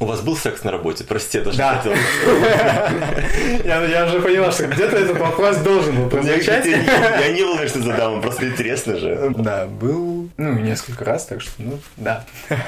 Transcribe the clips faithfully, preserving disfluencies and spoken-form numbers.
У вас был секс на работе? Прости, я даже да. хотел. Я уже поняла, что где-то этот вопрос должен был прозвучать. Я не был, конечно, задам, просто интересно же. Да, был, ну, несколько раз, так что, ну, да.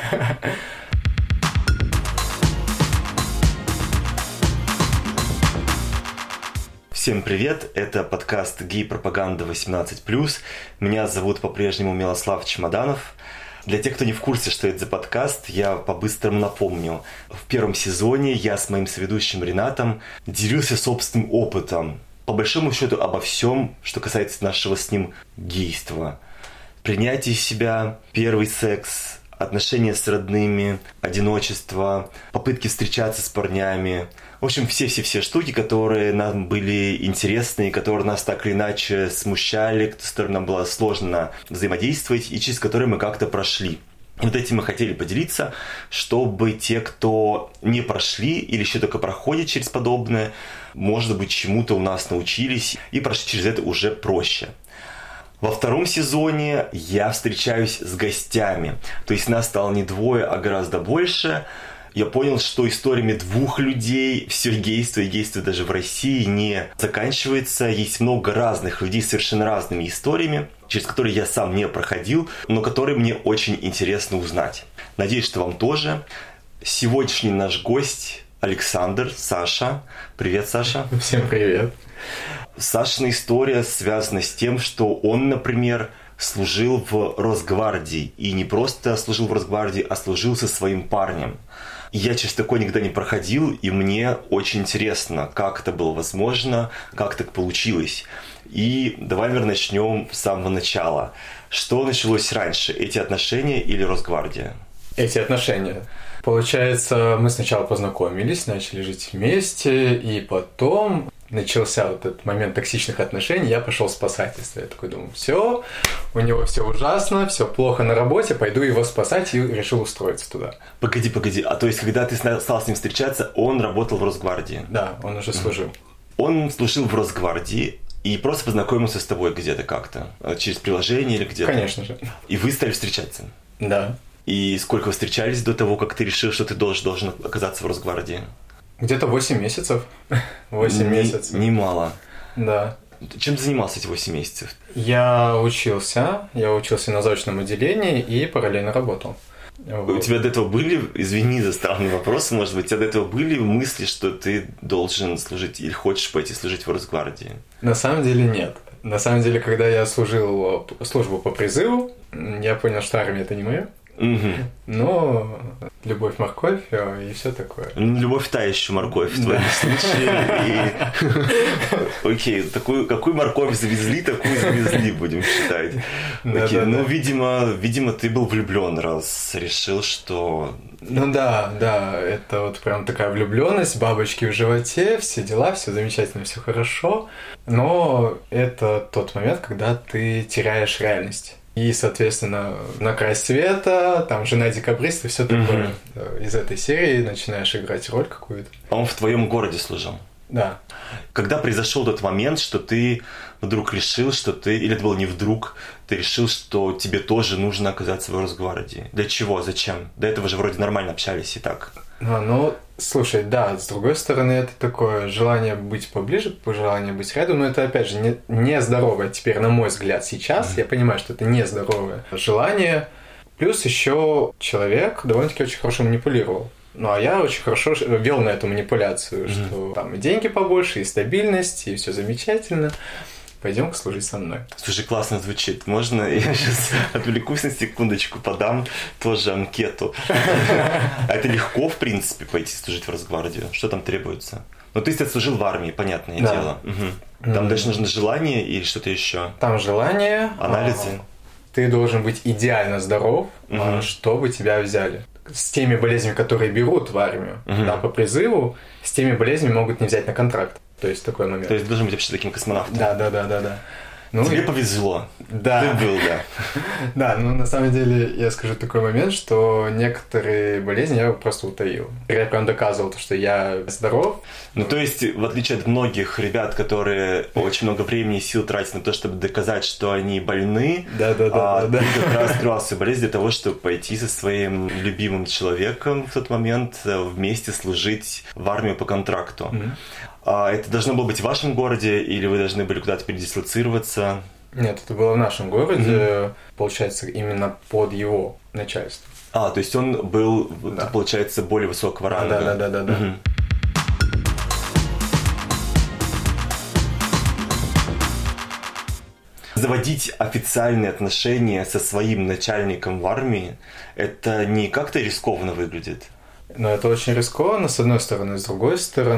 Всем привет, это подкаст «Гей-пропаганда восемнадцать плюс». Меня зовут по-прежнему Милослав Чемоданов. Для тех, кто не в курсе, что это за подкаст, я по-быстрому напомню. В первом сезоне я с моим соведущим Ренатом делился собственным опытом. По большому счету обо всем, что касается нашего с ним гейства. Принятие себя, первый секс, отношения с родными, одиночество, попытки встречаться с парнями. В общем, все-все-все штуки, которые нам были интересны, которые нас так или иначе смущали, с которыми нам было сложно взаимодействовать и через которые мы как-то прошли. И вот этим мы хотели поделиться, чтобы те, кто не прошли или еще только проходит через подобное, может быть, чему-то у нас научились и прошли через это уже проще. Во втором сезоне я встречаюсь с гостями. То есть нас стало не двое, а гораздо больше. Я понял, что историями двух людей все гейство и гейство даже в России не заканчивается. Есть много разных людей с совершенно разными историями, через которые я сам не проходил, но которые мне очень интересно узнать. Надеюсь, что вам тоже. Сегодняшний наш гость Александр, Саша. Привет, Саша. Всем привет. Сашина история связана с тем, что он, например, служил в Росгвардии. И не просто служил в Росгвардии, а служил со своим парнем. Я через такое никогда не проходил, и мне очень интересно, как это было возможно, как так получилось. И давай, наверное, начнем с самого начала. Что началось раньше, эти отношения или Росгвардия? Эти отношения. Получается, мы сначала познакомились, начали жить вместе, и потом начался вот этот момент токсичных отношений, я пошел в спасательство. Я такой думаю, все, у него все ужасно, все плохо на работе, пойду его спасать, и решил устроиться туда. Погоди, погоди, а то есть, когда ты стал с ним встречаться, он работал в Росгвардии? Да, он уже служил. Он служил в Росгвардии и просто познакомился с тобой где-то как-то, через приложение или где-то? Конечно же. И вы стали встречаться? Да. И сколько вы встречались до того, как ты решил, что ты должен, должен оказаться в Росгвардии? Где-то восемь месяцев. восемь месяцев. Немало. Да. Чем ты занимался эти восемь месяцев? Я учился. Я учился на заочном отделении и параллельно работал. Вот. У тебя до этого были, извини за странный вопрос, может быть, у тебя до этого были мысли, что ты должен служить или хочешь пойти служить в Росгвардии? На самом деле нет. На самом деле, когда я служил службу по призыву, я понял, что армия – это не мое. Угу. Но любовь, морковь и все такое. Любовь та еще морковь в твоем случае. Окей, какую морковь завезли, такую завезли, будем считать. Окей, ну, видимо, видимо, ты был влюблен, раз решил, что... Ну да, да, это вот прям такая влюбленность, бабочки в животе, все дела, все замечательно, все хорошо. Но это тот момент, когда ты теряешь реальность. И, соответственно, на край света, там, жена декабриста, все такое. Mm-hmm. Из этой серии начинаешь играть роль какую-то. А он в твоем городе служил? Да. Когда произошел тот момент, что ты вдруг решил, что ты, или это было не вдруг, ты решил, что тебе тоже нужно оказаться в Росгвардии? Для чего? Зачем? До этого же вроде нормально общались и так. А, ну, слушай, да, с другой стороны, это такое желание быть поближе, желание быть рядом, но это, опять же, не, нездоровое теперь, на мой взгляд, сейчас. Mm-hmm. Я понимаю, что это нездоровое желание. Плюс еще человек довольно-таки очень хорошо манипулировал. Ну, а я очень хорошо вел на эту манипуляцию, mm-hmm. что там и деньги побольше, и стабильность, и все замечательно. Пойдем-ка служить со мной. Слушай, классно звучит. Можно я сейчас отвлекусь на секундочку, подам тоже анкету. А это легко, в принципе, пойти служить в Росгвардию? Что там требуется? Ну, ты, ты служил в армии, понятное да. дело. Угу. Там mm-hmm. дальше нужно желание или что-то еще? Там желание. Анализы? Ты должен быть идеально здоров, mm-hmm. чтобы тебя взяли. С теми болезнями, которые берут в армию, mm-hmm. да, по призыву, с теми болезнями могут не взять на контракт. То есть такой момент. То есть должен быть вообще таким космонавтом. Да, да, да, да, да. Ну, Тебе повезло. Да. Ты был, да. Да, ну на самом деле я скажу такой момент, что некоторые болезни я просто утаил. Я прям доказывал, то, что я здоров. Ну, то есть, в отличие от многих ребят, которые очень много времени и сил тратят на то, чтобы доказать, что они больны, да, да, да, а да, ты да. как раз скрывал свою болезнь для того, чтобы пойти со своим любимым человеком в тот момент вместе служить в армию по контракту. Mm-hmm. А это должно было быть в вашем городе, или вы должны были куда-то передислоцироваться? Нет, это было в нашем городе, mm-hmm. получается, именно под его начальство. А, то есть он был, да. получается, более высокого ранга. Да, да, да, да, да. Mm-hmm. Заводить официальные отношения со своим начальником в армии, это не как-то рискованно выглядит? Ну, это очень рискованно, с одной стороны. С другой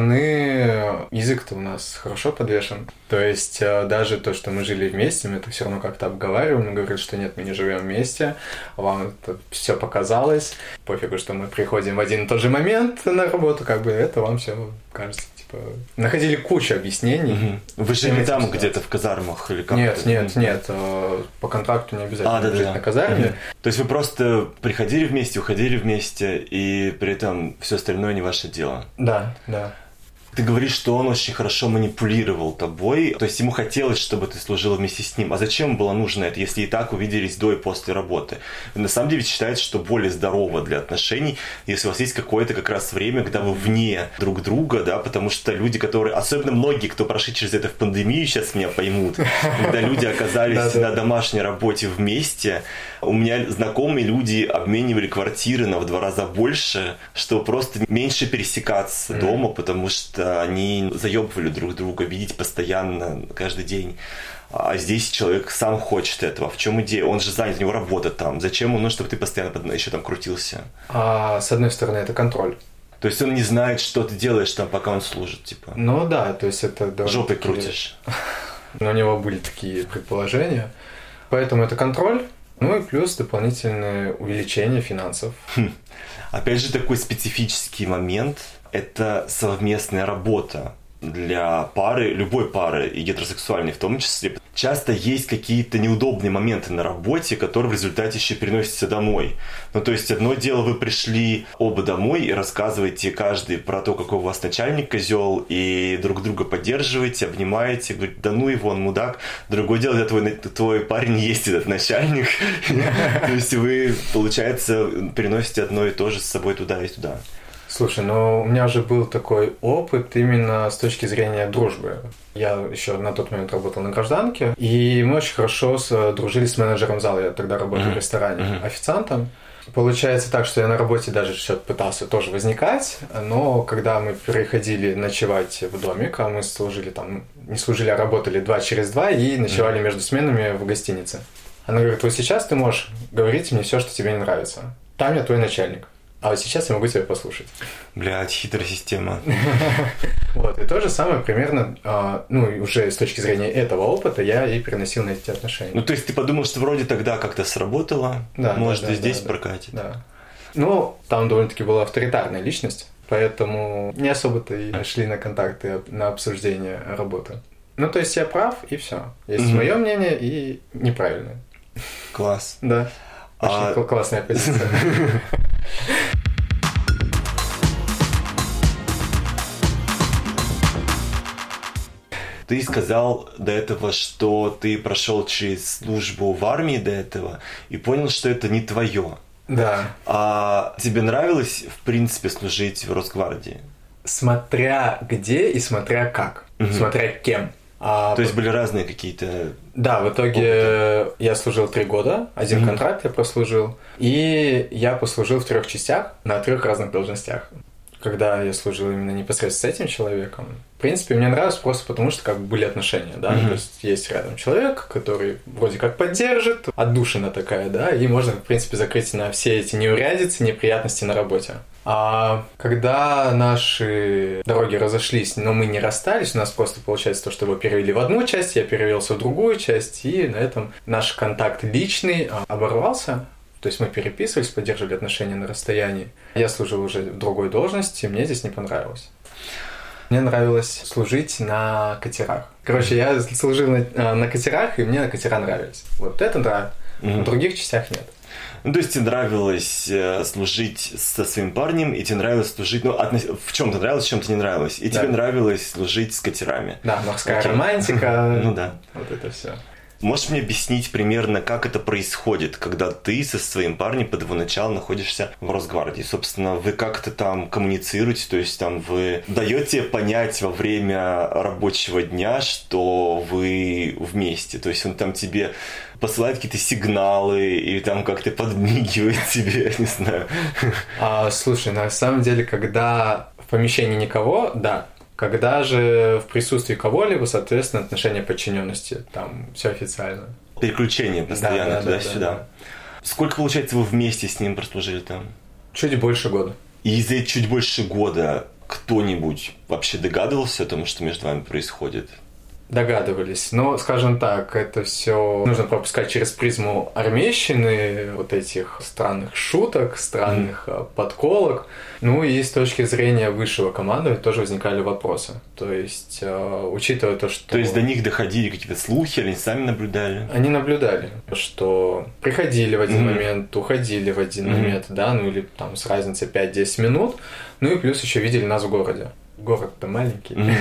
стороны, язык-то у нас хорошо подвешен. То есть, даже то, что мы жили вместе, мы это все равно как-то обговариваем. Мы говорим, что нет, мы не живем вместе, вам это все показалось. Пофигу, что мы приходим в один и тот же момент на работу, как бы это вам все кажется. Находили кучу объяснений. Угу. Вы жили там где-то в казармах или как? Нет, нет, нет. По контракту не обязательно а, да, жить да. на казарме. Угу. То есть вы просто приходили вместе, уходили вместе, и при этом все остальное не ваше дело? Да, да. Ты говоришь, что он очень хорошо манипулировал тобой, то есть ему хотелось, чтобы ты служила вместе с ним. А зачем было нужно это, если и так увиделись до и после работы? На самом деле считается, что более здорово для отношений, если у вас есть какое-то как раз время, когда вы вне друг друга, да, потому что люди, которые, особенно многие, кто прошли через это в пандемию, сейчас меня поймут, когда люди оказались на домашней работе вместе, у меня знакомые люди обменивали квартиры на в два раза больше, чтобы просто меньше пересекаться дома, потому что они заебывали друг друга, видеть постоянно, каждый день. А здесь человек сам хочет этого. В чем идея? Он же занят, у него работа там. Зачем ему нужно, чтобы ты постоянно еще там крутился? А, с одной стороны, это контроль. То есть он не знает, что ты делаешь там, пока он служит, типа. Ну да, то есть это... Жопой крутишь. Но у него были такие предположения. Поэтому это контроль. Ну и плюс дополнительное увеличение финансов. Хм. Опять же, такой специфический момент – это совместная работа для пары, любой пары, и гетеросексуальной в том числе. Часто есть какие-то неудобные моменты на работе, которые в результате еще переносятся домой. Ну, то есть, одно дело, вы пришли оба домой и рассказываете каждый про то, какой у вас начальник козел, и друг друга поддерживаете, обнимаете, говорите, да ну его, он мудак. Другое дело, когда твой, твой парень есть этот начальник. То есть, вы, получается, переносите одно и то же с собой туда и туда. Слушай, ну у меня же был такой опыт именно с точки зрения дружбы. Я еще на тот момент работал на гражданке, и мы очень хорошо дружили с менеджером зала. Я тогда работал mm-hmm. в ресторане mm-hmm. официантом. Получается так, что я на работе даже что-то пытался тоже возникать, но когда мы переходили ночевать в домик, а мы служили там, не служили, а работали два через два и ночевали mm-hmm. между сменами в гостинице. Она говорит, вот сейчас ты можешь говорить мне все, что тебе не нравится. Там я твой начальник. А вот сейчас я могу тебя послушать. Блядь, хитрая система. Вот, и то же самое примерно, ну, уже с точки зрения этого опыта я и переносил на эти отношения. Ну, то есть ты подумал, что вроде тогда как-то сработало, да, может, да, и да, здесь да, прокатит. Да. Ну, там довольно-таки была авторитарная личность, поэтому не особо-то и шли на контакты, на обсуждение работы. Ну, то есть я прав, и все. Есть mm-hmm. мое мнение и неправильное. Класс. Да. Очень а... классная позиция. Ты сказал до этого, что ты прошел через службу в армии до этого и понял, что это не твое. Да. А тебе нравилось, в принципе, служить в Росгвардии? Смотря где и смотря как. Угу. Смотря кем. А, То есть были разные какие-то... Да, в итоге опыты. Я служил три года, один угу. контракт я прослужил, и я послужил в трех частях на трех разных должностях. Когда я служил именно непосредственно с этим человеком, в принципе, мне нравилось просто потому, что как бы были отношения, да, mm-hmm. то есть есть рядом человек, который вроде как поддержит, отдушина такая, да, и можно, в принципе, закрыть на все эти неурядицы, неприятности на работе. А когда наши дороги разошлись, но мы не расстались, у нас просто получается то, что его перевели в одну часть, я перевелся в другую часть, и на этом наш контакт личный оборвался. То есть мы переписывались, поддерживали отношения на расстоянии. Я служил уже в другой должности, мне здесь не понравилось. Мне нравилось служить на катерах. Короче, я служил на, на катерах, и мне на катера нравились. Вот это да, mm-hmm. в других частях нет. Ну, то есть тебе нравилось э, служить со своим парнем, и тебе нравилось служить... Ну, относ... в чем-то нравилось, в чем-то не нравилось. И да. тебе нравилось служить с катерами. Да, морская okay. романтика. Ну да. Вот это все. Можешь мне объяснить примерно, как это происходит, когда ты со своим парнем под его начало находишься в Росгвардии? Собственно, вы как-то там коммуницируете, то есть там вы даете понять во время рабочего дня, что вы вместе, то есть он там тебе посылает какие-то сигналы и там как-то подмигивает тебе, я не знаю. А, слушай, на самом деле, когда в помещении никого, да. Когда же в присутствии кого-либо, соответственно, отношение подчиненности, там все официально. Переключение постоянно да, да, туда-сюда. Да, да. Сколько, получается, вы вместе с ним прослужили там? Чуть больше года. И за чуть больше года кто-нибудь вообще догадывался о том, что между вами происходит? Догадывались. Но, скажем так, это все нужно пропускать через призму армейщины, вот этих странных шуток, странных mm. подколок. Ну и с точки зрения высшего командования тоже возникали вопросы. То есть, учитывая то, что... То есть до них доходили какие-то слухи, или они сами наблюдали? Они наблюдали, что приходили в один mm. момент, уходили в один mm. момент, да, ну или там с разницей пять-десять минут. Ну и плюс еще видели нас в городе. Город-то маленький. Mm.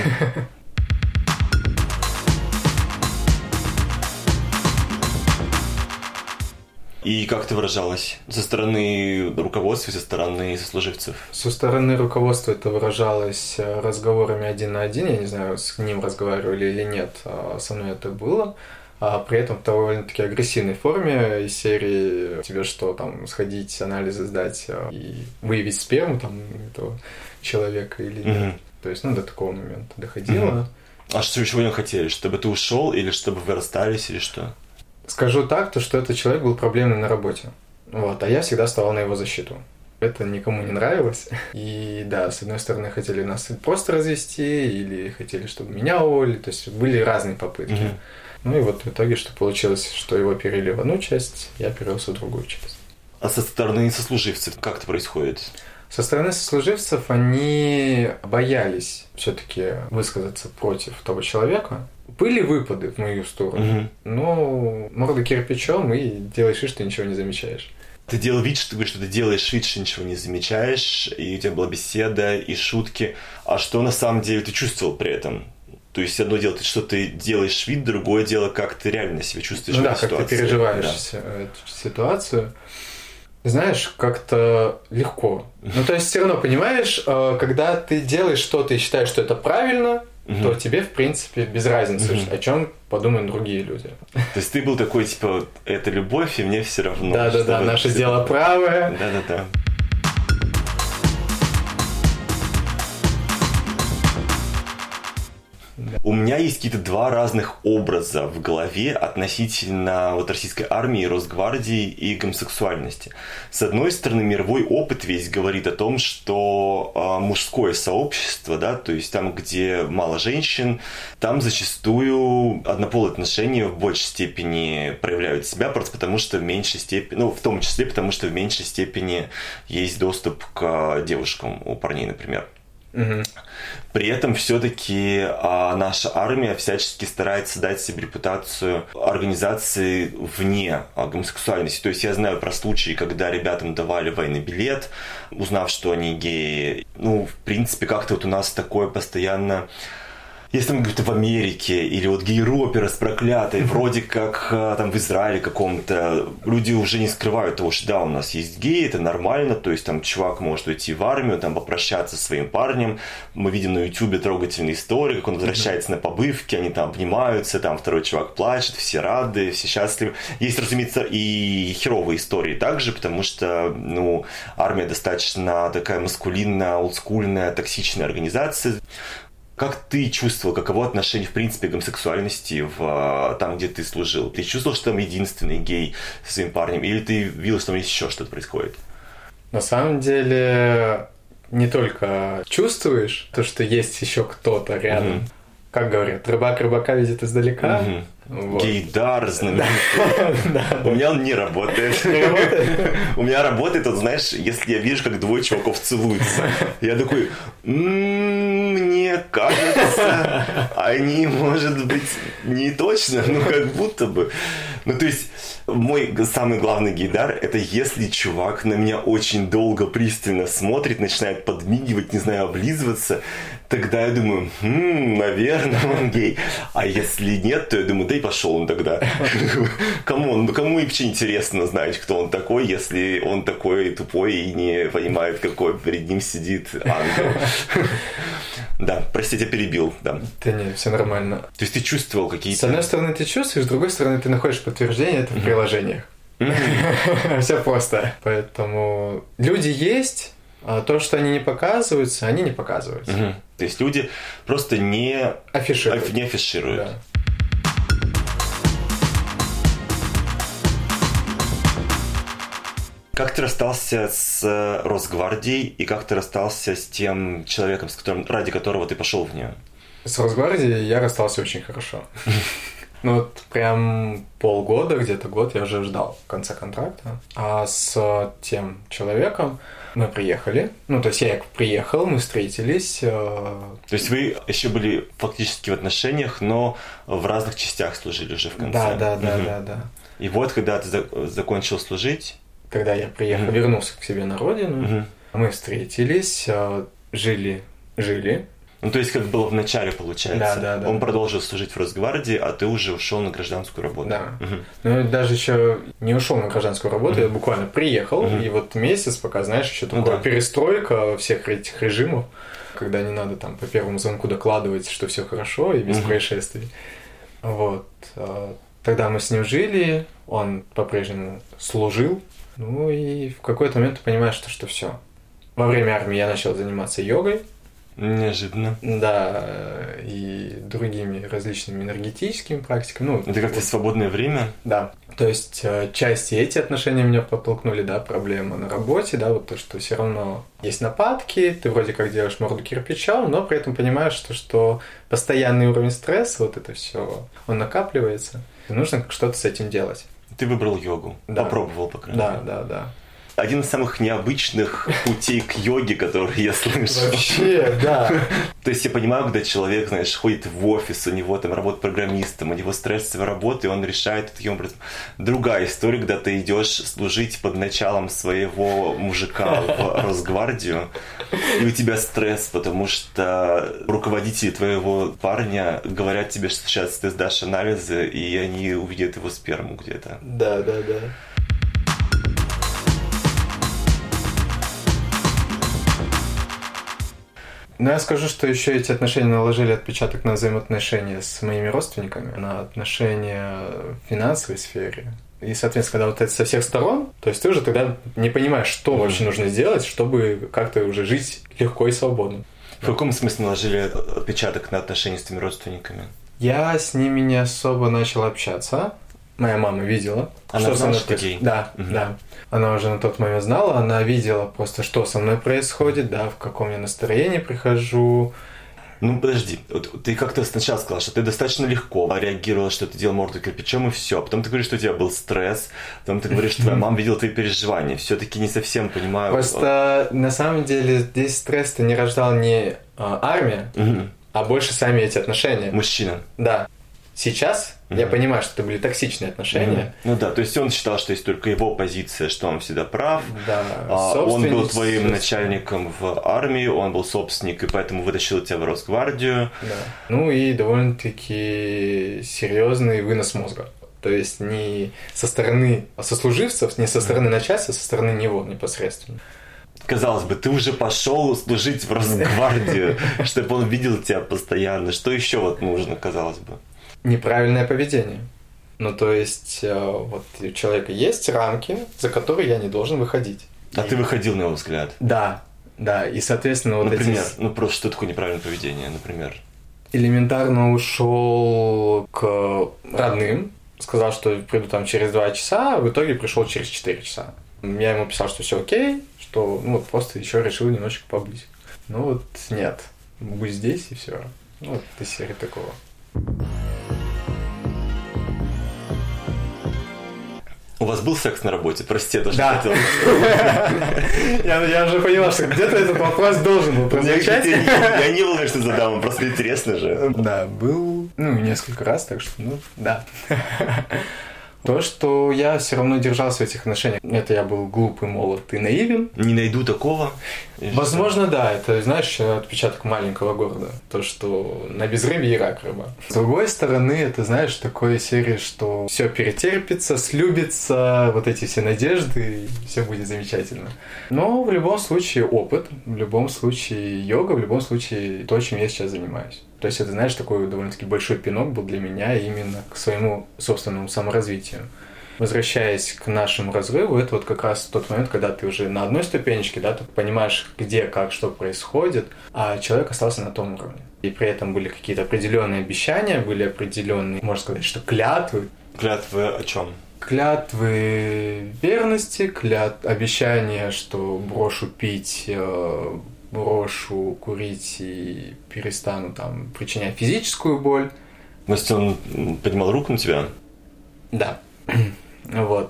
И как это выражалось? Со стороны руководства, со стороны сослуживцев? Со стороны руководства это выражалось разговорами один на один. Я не знаю, с ним разговаривали или нет. Со мной это было. А при этом в довольно-таки агрессивной форме из серии тебе что, там, сходить, анализы сдать и выявить сперму там этого человека или нет. Mm-hmm. То есть, ну, до такого момента доходило. Mm-hmm. А что, чего они хотели? Чтобы ты ушел или чтобы вы расстались, или что? Скажу так, то, что этот человек был проблемный на работе. Вот, а я всегда вставал на его защиту. Это никому не нравилось. И да, с одной стороны, хотели нас просто развести, или хотели, чтобы меня уволили. То есть были разные попытки. Mm-hmm. Ну и вот в итоге, что получилось, что его перевели в одну часть, я перевелся в другую часть. А со стороны сослуживцев как это происходит? Со стороны сослуживцев они боялись все-таки высказаться против того человека. Были выпады в мою сторону, угу. но морда кирпичом и делаешь вид, что ничего не замечаешь. Ты делал вид, что ты говоришь, что ты делаешь вид, что ничего не замечаешь, и у тебя была беседа, и шутки. А что на самом деле ты чувствовал при этом? То есть одно дело, что ты делаешь вид, другое дело, как ты реально себя чувствуешь ну, в этой да, ситуации. Да, как ты переживаешь да. эту ситуацию. Знаешь, как-то легко. Ну, то есть все равно, понимаешь, когда ты делаешь что-то и считаешь, что это правильно, угу. то тебе, в принципе, без разницы, угу. о чем подумают другие люди. То есть ты был такой, типа, это любовь, и мне все равно. Да-да-да, наше все... дело правое. Да-да-да. У меня есть какие-то два разных образа в голове относительно вот российской армии, Росгвардии и гомосексуальности. С одной стороны, мировой опыт весь говорит о том, что э, мужское сообщество, да, то есть там, где мало женщин, там зачастую однополые отношения в большей степени проявляют себя, просто потому что в меньшей степени, ну, в том числе потому, что в меньшей степени есть доступ к девушкам у парней, например. Угу. При этом все-таки а, наша армия всячески старается дать себе репутацию организации вне а, гомосексуальности. То есть я знаю про случаи, когда ребятам давали военный билет, узнав, что они геи. Ну, в принципе, как-то вот у нас такое постоянно... Если мы говорим в Америке или вот гей-Европе распроклятой, вроде как там в Израиле каком-то, люди уже не скрывают того, что да, у нас есть геи, это нормально, то есть там чувак может уйти в армию, там попрощаться со своим парнем, мы видим на ютубе трогательные истории, как он возвращается на побывки, они там обнимаются, там второй чувак плачет, все рады, все счастливы. Есть, разумеется, и херовые истории также, потому что, ну, армия достаточно такая маскулинная, олдскульная, токсичная организация. Как ты чувствовал, каково отношение, в принципе, к гомосексуальности в, там, где ты служил? Ты чувствовал, что там единственный гей со своим парнем? Или ты видел, что там есть еще что-то происходит? На самом деле, не только чувствуешь то, что есть еще кто-то рядом. Угу. Как говорят, рыбак рыбака видит издалека. Угу. Гейдар знаменитый. У меня он не работает. У меня работает, вот знаешь, если я вижу, как двое чуваков целуются. Я такой, мне кажется, они, может быть, не точно, но как будто бы. Ну, то есть, мой самый главный гейдар – это если чувак на меня очень долго, пристально смотрит, начинает подмигивать, не знаю, облизываться, тогда я думаю, хм, наверное, он гей. А если нет, то я думаю, да и пошел он тогда. Кому, ну, кому вообще интересно знать, кто он такой, если он такой тупой и не понимает, какой перед ним сидит ангел. Да, прости, я перебил, да. Да нет, все нормально. То есть ты чувствовал какие-то... С одной стороны ты чувствуешь, с другой стороны ты находишь подтверждение это в приложениях. Все просто. Поэтому люди есть, а то, что они не показываются, они не показываются. То есть люди просто не афишируют. Не афишируют. Как ты расстался с Росгвардией и как ты расстался с тем человеком, с которым, ради которого ты пошел в нее? С Росгвардией я расстался очень хорошо. Ну вот прям полгода, где-то год я уже ждал конца контракта. А с тем человеком мы приехали. Ну, то есть я приехал, мы встретились. То есть вы еще были фактически в отношениях, но в разных частях служили уже в конце. Да, да, да, угу. да, да. И вот, когда ты закончил служить... Когда я приехал, угу. вернулся к себе на родину, угу. мы встретились, жили, жили. Ну, то есть, как было в начале, получается. Да, да, да. Он продолжил служить в Росгвардии, а ты уже ушел на гражданскую работу. Да. Угу. Ну, даже еще не ушел на гражданскую работу, угу. я буквально приехал, угу. и вот месяц, пока, знаешь, еще такая ну, да. перестройка всех этих режимов, когда не надо там по первому звонку докладывать, что все хорошо и без угу. происшествий. Вот. Тогда мы с ним жили, он по-прежнему служил. Ну и в какой-то момент ты понимаешь, что, что все. Во время армии я начал заниматься йогой. Неожиданно. Да, и другими различными энергетическими практиками. Ну, это как-то вот, свободное время? Да. То есть части эти отношения меня подтолкнули, да, проблема на работе, да, вот то, что все равно есть нападки, ты вроде как делаешь морду кирпичом, но при этом понимаешь, что, что постоянный уровень стресса, вот это все, он накапливается, и нужно что-то с этим делать. Ты выбрал йогу, да. Попробовал, по крайней мере. Да, да, да. Один из самых необычных путей к йоге, которые я слышал. Вообще, да. То есть я понимаю, когда человек, знаешь, ходит в офис, у него там работа программистом, у него стрессовая работа, и он решает таким образом. Другая история, когда ты идешь служить под началом своего мужика в Росгвардию, и у тебя стресс, потому что руководители твоего парня говорят тебе, что сейчас ты сдашь анализы, и они увидят его сперму где-то. Да, да, да. Но я скажу, что еще эти отношения наложили отпечаток на взаимоотношения с моими родственниками, на отношения в финансовой сфере. И, соответственно, когда вот это со всех сторон, то есть ты уже тогда не понимаешь, что mm-hmm. вообще нужно сделать, чтобы как-то уже жить легко и свободно. В каком смысле наложили отпечаток на отношения с твоими родственниками? Я с ними не особо начал общаться. Моя мама видела, она что знала, со мной что гей? Да, угу. да. Она уже на тот момент знала, она видела просто, что со мной происходит, да, в каком я настроении прихожу. Ну, подожди, вот ты как-то сначала сказала, что ты достаточно легко реагировала, что ты делал морду кирпичом и все. Потом ты говоришь, что у тебя был стресс, потом ты говоришь, что твоя мама видела твои переживания. Все-таки не совсем понимаю. Просто на самом деле здесь стресс-то не рождал не а, армия, угу. а больше сами эти отношения. Мужчина. Да. Сейчас mm-hmm. я понимаю, что это были токсичные отношения. Mm-hmm. Ну да, то есть он считал, что есть только его позиция, что он всегда прав. Да, он был твоим начальником в армии, он был собственник, и поэтому вытащил тебя в Росгвардию. Да. Ну и довольно-таки серьезный вынос мозга. То есть не со стороны сослуживцев, не со стороны начальства, а со стороны него непосредственно. Казалось бы, ты уже пошел служить в Росгвардию, чтобы он видел тебя постоянно. Что еще вот нужно, казалось бы? Неправильное поведение. Ну, то есть, вот у человека есть рамки, за которые я не должен выходить. А и... ты выходил, на его взгляд? Да, да, и, соответственно, вот например, эти... ну, просто что такое неправильное поведение, например? Элементарно ушел к родным, сказал, что приду там через два часа, а в итоге пришел через четыре часа. Я ему писал, что все окей, что, ну, вот просто еще решил немножечко побыть. Ну, вот нет, будь здесь и все. Ну, вот из серии такого. У вас был секс на работе? Прости, я даже да. хотел. Я уже поняла, что где-то этот вопрос должен был прозвучать. Я не был, конечно, задам, просто интересно же. Да, был, ну, несколько раз, так что, ну, да. То, что я все равно держался в этих отношениях, это я был глупый, молод и наивен. Не найду такого. Возможно, да, это, знаешь, отпечаток маленького города. То, что на безрыбье и рак рыба. С другой стороны, это, знаешь, такой серии, что все перетерпится, слюбится, вот эти все надежды, и все будет замечательно. Но в любом случае опыт, в любом случае йога, в любом случае то, чем я сейчас занимаюсь. То есть это, знаешь, такой довольно-таки большой пинок был для меня именно к своему собственному саморазвитию. Возвращаясь к нашему разрыву, это вот как раз тот момент, когда ты уже на одной ступенечке, да, ты понимаешь, где, как, что происходит, а человек остался на том уровне. И при этом были какие-то определенные обещания, были определенные, можно сказать, что клятвы. Клятвы о чем? Клятвы верности, клят... обещания, что брошу пить, брошу курить и перестану там причинять физическую боль. То есть он поднимал руку на тебя? Да. Вот.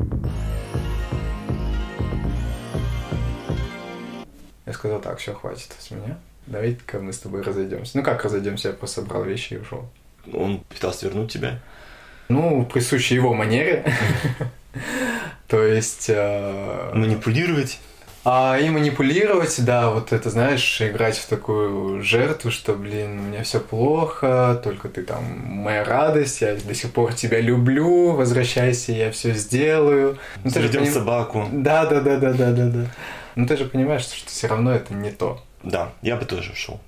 Я сказал, так, все, хватит с меня. Давайте-ка мы с тобой разойдемся. Ну как разойдемся? Я просто собрал вещи и ушел. Он пытался вернуть тебя? Ну, присущей его манере. То есть... Манипулировать? А, и манипулировать, да, вот это, знаешь, играть в такую жертву, что, блин, у меня все плохо, только ты там моя радость, я до сих пор тебя люблю, возвращайся, я все сделаю. Ну, заведем поним... собаку. Да, да, да, да, да, да, да. Но ты же понимаешь, что все равно это не то. Да, я бы тоже ушел.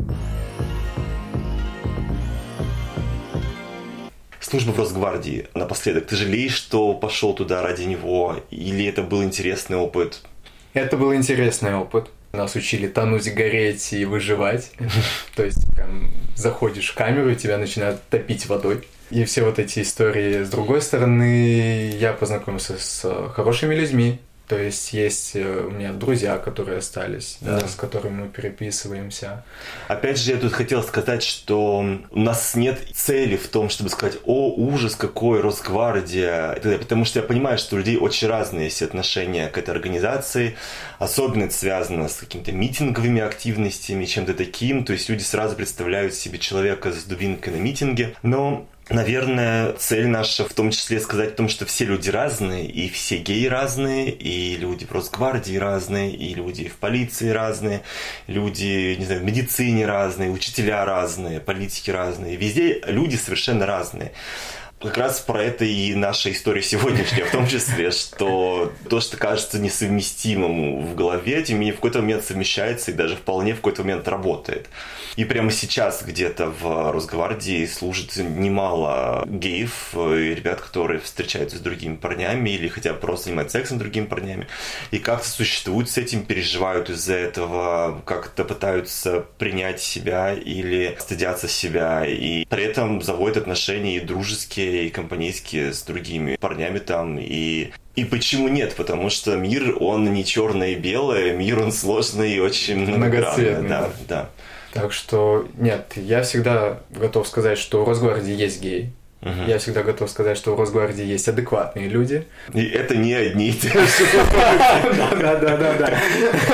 Служба в Росгвардии. Напоследок, ты жалеешь, что пошел туда ради него, или это был интересный опыт? Это был интересный опыт. Нас учили тонуть, гореть и выживать. То есть, прям заходишь в камеру, и тебя начинают топить водой. И все вот эти истории. С другой стороны, я познакомился с хорошими людьми. То есть, есть у меня друзья, которые остались, да, да. с которыми мы переписываемся. Опять же, я тут хотел сказать, что у нас нет цели в том, чтобы сказать: о, ужас какой, Росгвардия. Потому что я понимаю, что у людей очень разные есть отношения к этой организации. Особенно это связано с какими-то митинговыми активностями, чем-то таким. То есть, люди сразу представляют себе человека с дубинкой на митинге. Но... наверное, цель наша в том числе сказать о том, что все люди разные, и все геи разные, и люди в Росгвардии разные, и люди в полиции разные, люди, не знаю, в медицине разные, учителя разные, политики разные. Везде люди совершенно разные. Как раз про это и наша история сегодняшняя, в том числе, что то, что кажется несовместимым в голове, тем не менее в какой-то момент совмещается и даже вполне в какой-то момент работает. И прямо сейчас где-то в Росгвардии служит немало геев и ребят, которые встречаются с другими парнями или хотя бы просто занимаются сексом с другими парнями. И как-то существуют с этим, переживают из-за этого, как-то пытаются принять себя или стыдятся себя. И при этом заводят отношения и дружеские, и компанейские с другими парнями там. И И почему нет? Потому что мир, он не черное и белое, мир, он сложный и очень многогранный. Да, да. Так что, нет, я всегда готов сказать, что в Росгвардии есть геи. Uh-huh. Я всегда готов сказать, что в Росгвардии есть адекватные люди. И это не одни и те же. Да-да-да-да.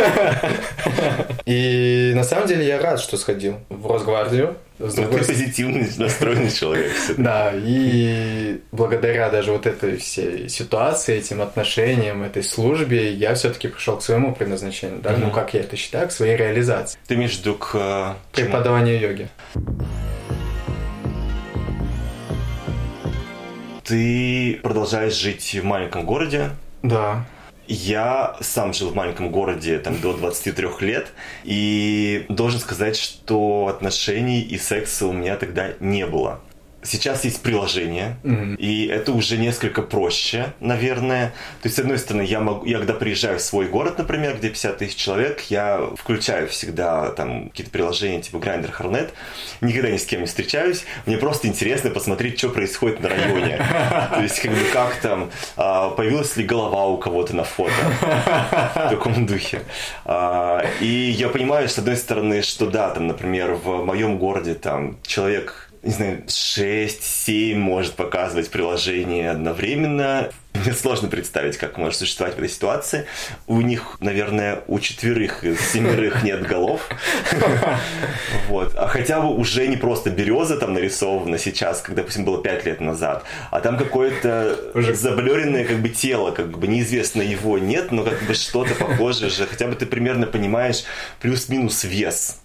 И на самом деле я рад, что сходил в Росгвардию. Ты позитивный, настроенный человек. Да, и благодаря даже вот этой всей ситуации, этим отношениям, этой службе, я все-таки пришел к своему предназначению, да, ну как я это считаю, к своей реализации. Ты имеешь в виду к преподаванию йоги. Ты продолжаешь жить в маленьком городе. Да. Я сам жил в маленьком городе там, до двадцати трёх лет, и должен сказать, что отношений и секса у меня тогда не было. Сейчас есть приложение, mm-hmm. и это уже несколько проще, наверное. То есть, с одной стороны, я, могу, я когда приезжаю в свой город, например, где пятьдесят тысяч человек, я включаю всегда там какие-то приложения типа Grindr, Hornet, никогда ни с кем не встречаюсь, мне просто интересно посмотреть, что происходит на районе. То есть, как бы, как там, появилась ли голова у кого-то на фото, в таком духе. И я понимаю, с одной стороны, что да, там, например, в моем городе там человек... не знаю, шесть-семь может показывать приложение одновременно. Мне сложно представить, как может существовать в этой ситуации. У них, наверное, у четверых из семерых нет голов. Вот. А хотя бы уже не просто береза там нарисована сейчас, как, допустим, было пять лет назад, а там какое-то заблёренное как бы тело, как бы неизвестно его нет, но как бы что-то похожее же. Хотя бы ты примерно понимаешь плюс-минус вес.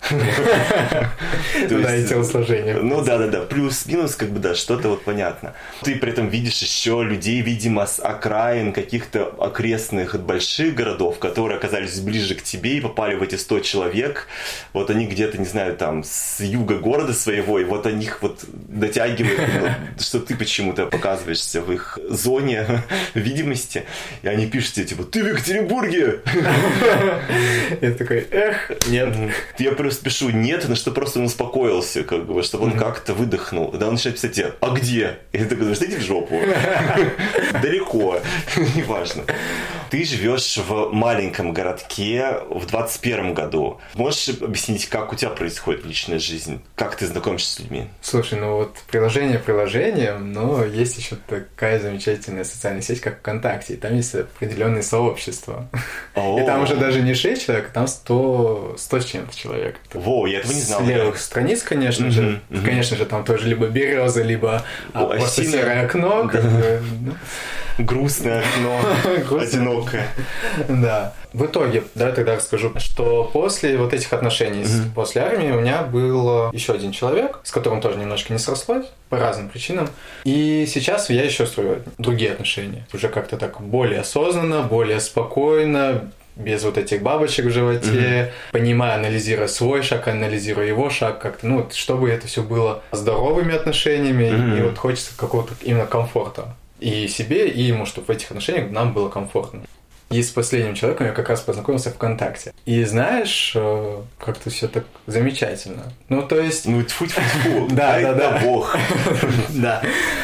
Да, и телосложение. Ну да-да-да, плюс-минус как бы да, что-то вот понятно. Ты при этом видишь еще людей, видимо, с окраин каких-то окрестных от больших городов, которые оказались ближе к тебе и попали в эти сто человек. Вот они где-то, не знаю, там, с юга города своего, и вот они их вот дотягивают, ну, что ты почему-то показываешься в их зоне видимости, и они пишут тебе, типа, ты в Екатеринбурге! Я такой, эх, нет. Я просто пишу нет, на что просто он успокоился, как бы, чтобы он как-то выдохнул. Когда он начинает писать тебе, а где? И ты такой, что иди в жопу. Далеко. Неважно. Ты живешь в маленьком городке в двадцать первом году. Можешь объяснить, как у тебя происходит личная жизнь? Как ты знакомишься с людьми? Слушай, ну вот приложение приложением, но есть еще такая замечательная социальная сеть, как ВКонтакте. И там есть определенные сообщества. О-о-о. И там уже даже не шесть человек, а там сто, сто с чем-то человек. Во, я этого не знал. С левых страниц, конечно же. Mm-hmm, mm-hmm. Конечно же, там тоже либо береза, либо а, просто сильно... серое окно. Как бы, ну. Грустное окно, одинокое. Да. В итоге, да, тогда расскажу, что после вот этих отношений, mm-hmm. после армии, у меня был еще один человек, с которым тоже немножко не срослось, по разным причинам. И сейчас я еще строю другие отношения. Уже как-то так более осознанно, более спокойно, без вот этих бабочек в животе, mm-hmm. понимая, анализируя свой шаг, анализируя его шаг, как-то, ну, чтобы это все было здоровыми отношениями, mm-hmm. и вот хочется какого-то именно комфорта. И себе, и ему, чтобы в этих отношениях нам было комфортно. И с последним человеком я как раз познакомился ВКонтакте. И знаешь, как-то все так замечательно. Ну, то есть... Ну, тьфу-тьфу-тьфу. Да, да, да. Бог. Да.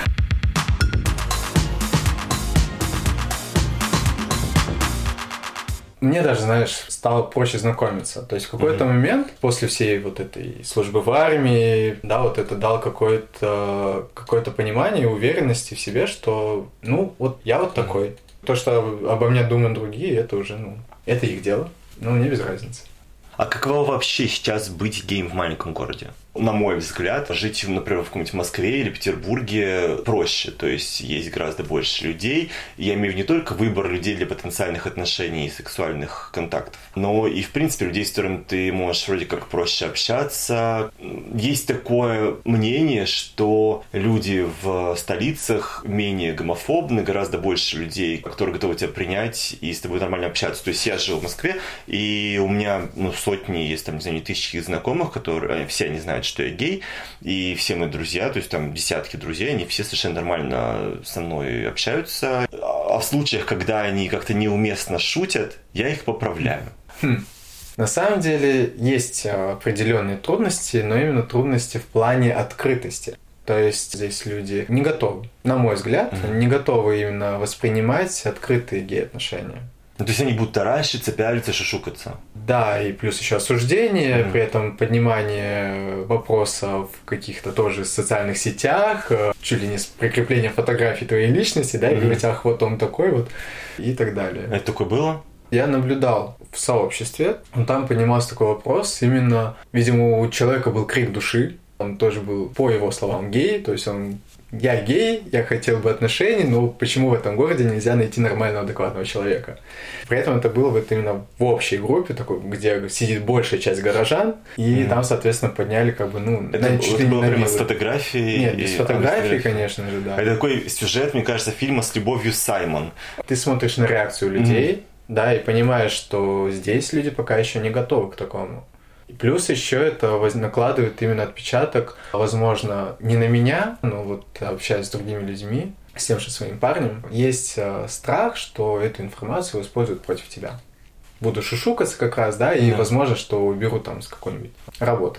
Мне даже, знаешь, стало проще знакомиться. То есть в какой-то mm-hmm. момент, после всей вот этой службы в армии, да, вот это дал какое-то, какое-то понимание, уверенности в себе, что, ну, вот я вот такой. Mm-hmm. То, что обо мне думают другие, это уже, ну, это их дело. Но мне без разницы. А каково вообще сейчас быть геем в маленьком городе? На мой взгляд, жить, например, в каком-нибудь Москве или Петербурге проще. То есть есть гораздо больше людей. Я имею в виду не только выбор людей для потенциальных отношений и сексуальных контактов, но и, в принципе, людей, с которыми ты можешь вроде как проще общаться. Есть такое мнение, что люди в столицах менее гомофобны, гораздо больше людей, которые готовы тебя принять и с тобой нормально общаться. То есть я жил в Москве, и у меня ну, сотни, есть там, не знаю, тысячи знакомых, которые все не знают, что я гей, и все мои друзья, то есть там десятки друзей, они все совершенно нормально со мной общаются. А в случаях, когда они как-то неуместно шутят, я их поправляю. Хм. На самом деле есть определенные трудности, но именно трудности в плане открытости. То есть здесь люди не готовы, на мой взгляд, mm-hmm. не готовы именно воспринимать открытые гей-отношения. Ну, то есть они будут таращиться, пялиться, шушукаться. Да, и плюс еще осуждение, mm-hmm. при этом поднимание вопросов в каких-то тоже социальных сетях, чуть ли не с прикреплением фотографий твоей личности, да, mm-hmm. и говорить, ах, вот он такой вот, и так далее. Это такое было? Я наблюдал в сообществе, там поднимался такой вопрос, именно, видимо, у человека был крик души, он тоже был, по его словам, гей, то есть он... Я гей, я хотел бы отношений, но почему в этом городе нельзя найти нормального, адекватного человека? При этом это было вот именно в общей группе, такой, где сидит большая часть горожан, и mm-hmm. там, соответственно, подняли как бы, ну... Это, это было прямо с фотографией? Нет, без фотографий, конечно же, да. Это такой сюжет, мне кажется, фильма «С любовью, Саймон». Ты смотришь на реакцию людей, mm-hmm. да, и понимаешь, что здесь люди пока еще не готовы к такому. Плюс еще это накладывает именно отпечаток, возможно, не на меня, но вот общаясь с другими людьми, с тем же своим парнем, есть страх, что эту информацию используют против тебя. Буду шушукаться как раз, да, и да. возможно, что уберу там с какой-нибудь работы.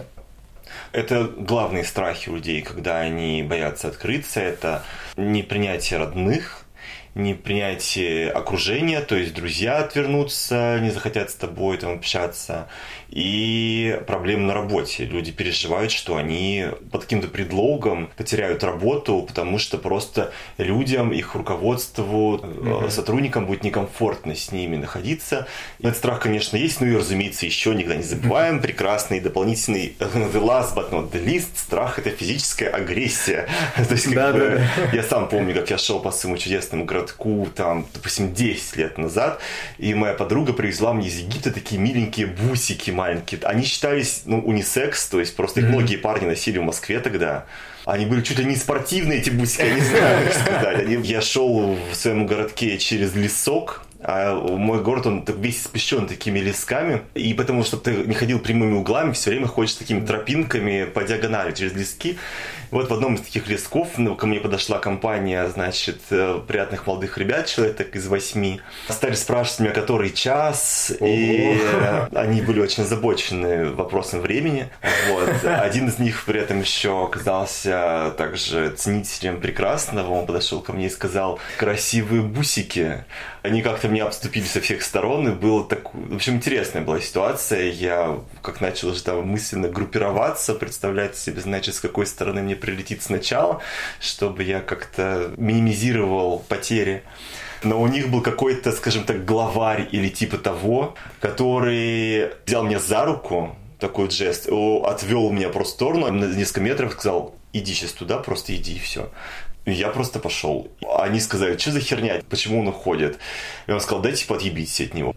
Это главные страхи у людей, когда они боятся открыться, это непринятие родных не принятие окружения, то есть друзья отвернутся, не захотят с тобой там общаться, и проблемы на работе. Люди переживают, что они под каким-то предлогом потеряют работу, потому что просто людям, их руководству, mm-hmm. сотрудникам будет некомфортно с ними находиться. И этот страх, конечно, есть, но и, разумеется, еще никогда не забываем, mm-hmm. прекрасный дополнительный the last but not the least, страх — это физическая агрессия. То есть, как да, бы, да, да. Я сам помню, как я шел по своему чудесному городку, там, допустим, десять лет назад, и моя подруга привезла мне из Египта такие миленькие бусики маленькие. Они считались, ну, унисекс, то есть просто их mm-hmm. многие парни носили в Москве тогда. Они были чуть ли не спортивные, эти бусики, я не знаю, как сказать. Они... Я шел в своем городке через лесок, а мой город, он весь испещен такими лесками, и потому, чтобы ты не ходил прямыми углами, все время ходишь такими тропинками по диагонали через лески. Вот в одном из таких лесков ну, ко мне подошла компания, значит, приятных молодых ребят, человек так из восьми. Стали спрашивать меня, который час, и они были очень озабочены вопросом времени. Вот. Один из них при этом еще оказался также ценителем прекрасного. Он подошел ко мне и сказал: красивые бусики. Они как-то меня обступили со всех сторон, и было так... В общем, интересная была ситуация. Я как начал уже там мысленно группироваться, представлять себе, значит, с какой стороны мне прилетит сначала, чтобы я как-то минимизировал потери. Но у них был какой-то, скажем так, главарь или типа того, который взял меня за руку, такой жест, отвел меня просто в сторону, на несколько метров, сказал: иди сейчас туда, просто иди, и все. И я просто пошел. Они сказали: что за херня, почему он уходит? И он сказал: дайте подъебитесь от него.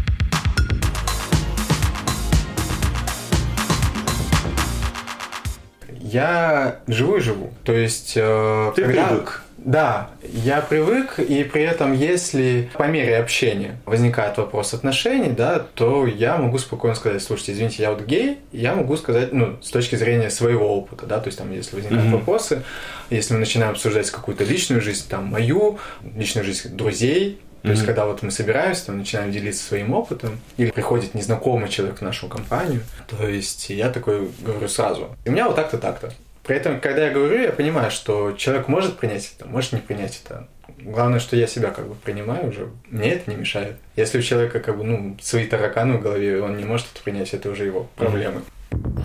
Я живу и живу. То есть... Э, Ты когда... привык. Да, я привык, и при этом, если по мере общения возникает вопрос отношений, да, то я могу спокойно сказать: слушайте, извините, я вот гей, я могу сказать, ну, с точки зрения своего опыта, да, то есть там, если возникают mm-hmm. вопросы, если мы начинаем обсуждать какую-то личную жизнь, там, мою, личную жизнь друзей, то mm-hmm. есть, когда вот мы собираемся, там, начинаем делиться своим опытом, или приходит незнакомый человек в нашу компанию, то есть я такой говорю сразу: и у меня вот так-то, так-то. При этом, когда я говорю, я понимаю, что человек может принять это, может не принять это. Главное, что я себя как бы принимаю уже, мне это не мешает. Если у человека как бы, ну, свои тараканы в голове, он не может это принять, это уже его проблемы. Mm-hmm.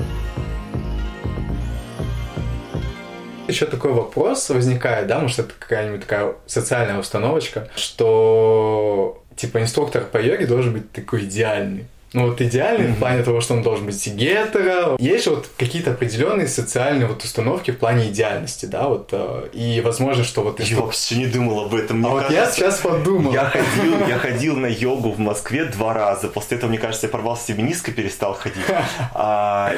Еще такой вопрос возникает, да, может, это какая-нибудь такая социальная установочка, что типа инструктор по йоге должен быть такой идеальный. Ну вот идеальный mm-hmm. в плане того, что он должен быть гетеро. Есть же вот какие-то определенные социальные вот установки в плане идеальности, да, вот. И возможно, что вот... Я вообще не думал об этом. Мне а кажется, вот я сейчас подумал. Я ходил, я ходил на йогу в Москве два раза. После этого, мне кажется, я порвался себе низко, перестал ходить. А,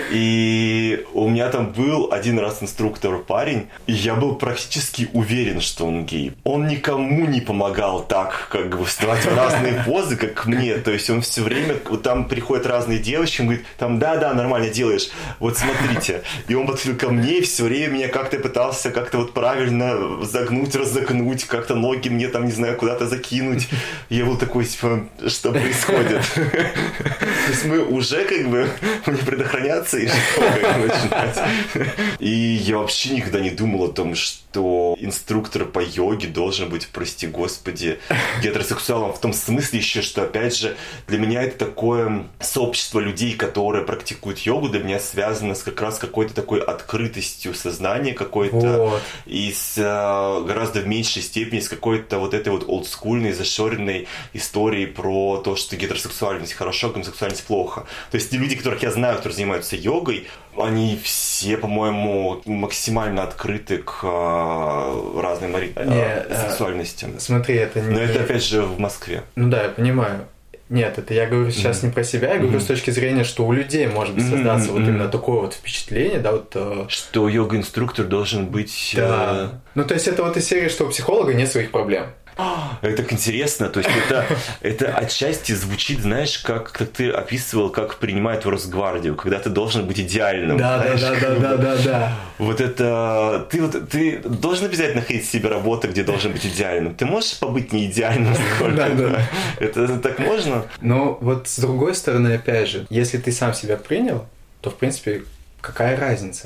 и у меня там был один раз инструктор парень, и я был практически уверен, что он гей. Он никому не помогал так, как бы вставать в разные позы, как мне. То есть он все время... Вот там приходят разные девочки, он говорит: там, да-да, нормально делаешь, вот смотрите. И он подходил ко мне и все время меня как-то пытался как-то вот правильно загнуть, разогнуть, как-то ноги мне там, не знаю, куда-то закинуть. И я был такой, типа, что происходит? То есть мы уже как бы не предохраняться и что начинать. И я вообще никогда не думал о том, что инструктор по йоге должен быть, прости господи, гетеросексуалом в том смысле еще, что, опять же, для меня это такое сообщество людей, которые практикуют йогу, для меня связано с как раз какой-то такой открытостью сознания какой-то, вот. И с э, гораздо в меньшей степени с какой-то вот этой вот олдскульной, зашоренной историей про то, что гетеросексуальность хорошо, гомосексуальность плохо. То есть те люди, которых я знаю, которые занимаются йогой, они все, по-моему, максимально открыты к э, разным ори... не, сексуальностям. Смотри, это не... Но это, опять же, в Москве. Ну да, я понимаю. Нет, это я говорю сейчас mm-hmm. не про себя, я говорю mm-hmm. с точки зрения, что у людей может создаться mm-hmm. вот именно такое вот впечатление, да, вот... Что йога-инструктор должен быть... Да. Э... Ну, то есть это вот из серии, что у психолога нет своих проблем. Это так интересно, то есть это, это отчасти звучит, знаешь, как, как ты описывал, как принимают в Росгвардию, когда ты должен быть идеальным. Да, знаешь, да, да, да, да, да. Вот это ты вот ты должен обязательно находить себе работу, где должен быть идеальным. Ты можешь побыть не идеальным сколько-то? Это так можно? Но вот с другой стороны, опять же, если ты сам себя принял, то в принципе какая разница?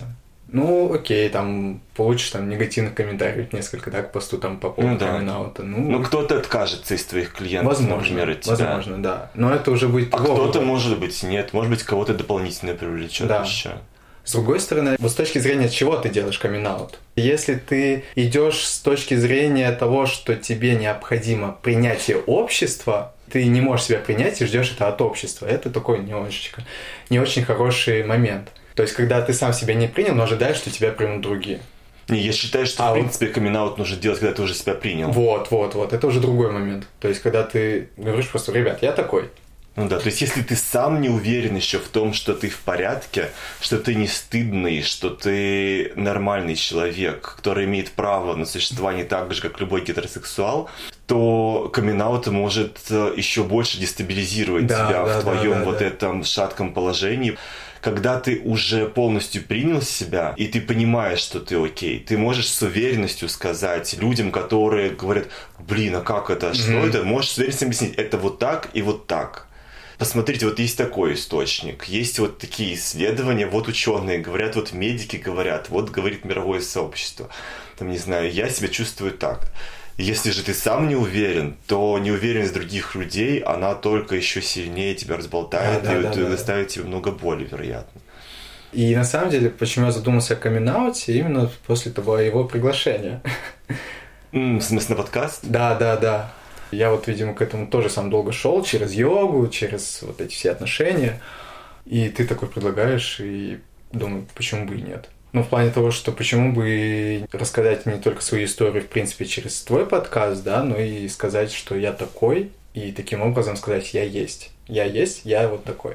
Ну, окей, там получишь там негативных комментариев несколько, да, к посту там по поводу ну, да. камин-аута. Ну, ну, кто-то откажется из твоих клиентов, возможно, например, от тебя. Возможно, да. Но это уже будет... А кто-то, может быть, нет. Может быть, кого-то дополнительно привлечет да. еще. С другой стороны, вот с точки зрения чего ты делаешь камин-аут? Если ты идешь с точки зрения того, что тебе необходимо принятие общества, ты не можешь себя принять и ждешь это от общества. Это такой не очень, не очень хороший момент. То есть, когда ты сам себя не принял, но ожидаешь, что тебя примут другие. Не, я считаю, что, а в принципе, камин-аут нужно делать, когда ты уже себя принял. Вот, вот, вот. Это уже другой момент. То есть, когда ты говоришь просто, ребят, я такой. Ну да, то есть если ты сам не уверен еще в том, что ты в порядке, что ты не стыдный, что ты нормальный человек, который имеет право на существование так же, как любой гетеросексуал, то камин-аут может еще больше дестабилизировать да, тебя да, в твоем да, да, вот да. этом шатком положении. Когда ты уже полностью принял себя, и ты понимаешь, что ты окей, ты можешь с уверенностью сказать людям, которые говорят, блин, а как это, что mm-hmm. это? Можешь с уверенностью объяснить, это вот так и вот так. Посмотрите, вот есть такой источник, есть вот такие исследования, вот ученые говорят, вот медики говорят, вот говорит мировое сообщество. Там, не знаю, я себя чувствую так. Если же ты сам не уверен, то неуверенность других людей, она только еще сильнее тебя разболтает да, да, и да, доставит да. тебе много боли, вероятно. И на самом деле, почему я задумался о камин-ауте, именно после того его приглашения. Mm, в смысле, на подкаст? Да, да, да. Я вот, видимо, к этому тоже сам долго шел, через йогу, через вот эти все отношения. И ты такой предлагаешь, и думаю, почему бы и нет. Ну, в плане того, что почему бы рассказать не только свою историю, в принципе, через твой подкаст, да, но и сказать, что я такой, и таким образом сказать, я есть. Я есть, я вот такой.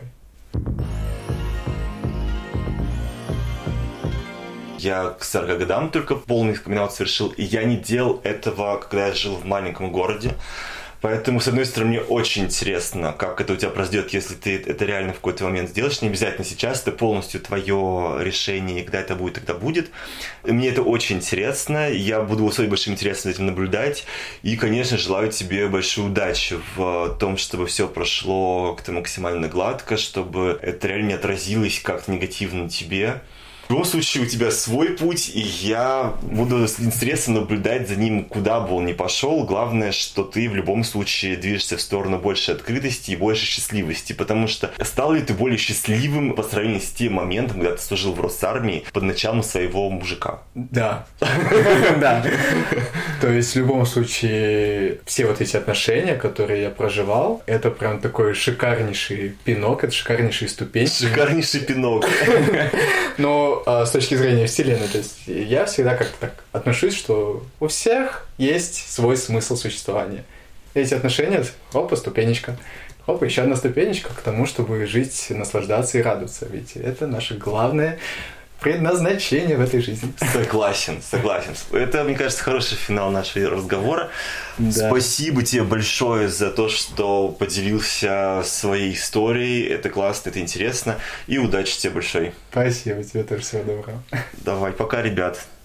Я к сорока годам только полный камин-аут совершил, и я не делал этого, когда я жил в маленьком городе. Поэтому, с одной стороны, мне очень интересно, как это у тебя произойдет, если ты это реально в какой-то момент сделаешь. Не обязательно сейчас, это полностью твое решение, и когда это будет, тогда будет. И мне это очень интересно, я буду с большим интересом за этим наблюдать. И, конечно, желаю тебе большой удачи в том, чтобы все прошло как-то максимально гладко, чтобы это реально не отразилось как-то негативно на тебе. В любом случае, у тебя свой путь, и я буду с интересом наблюдать за ним, куда бы он ни пошел. Главное, что ты в любом случае движешься в сторону большей открытости и большей счастливости, потому что стал ли ты более счастливым по сравнению с тем моментом, когда ты служил в Росармии под началом своего мужика? Да. Да. То есть, в любом случае, все вот эти отношения, которые я проживал, это прям такой шикарнейший пинок, это шикарнейшие ступеньки. Шикарнейший пинок. Но с точки зрения вселенной, то есть я всегда как-то так отношусь, что у всех есть свой смысл существования. Эти отношения, опа, ступенечка, опа, еще одна ступенечка к тому, чтобы жить, наслаждаться и радоваться. Ведь это наше главное предназначение в этой жизни. Согласен, согласен. Это, мне кажется, хороший финал нашего разговора. Да. Спасибо тебе большое за то, что поделился своей историей. Это классно, это интересно. И удачи тебе большой. Спасибо тебе тоже. Всего доброго. Давай, пока, ребят.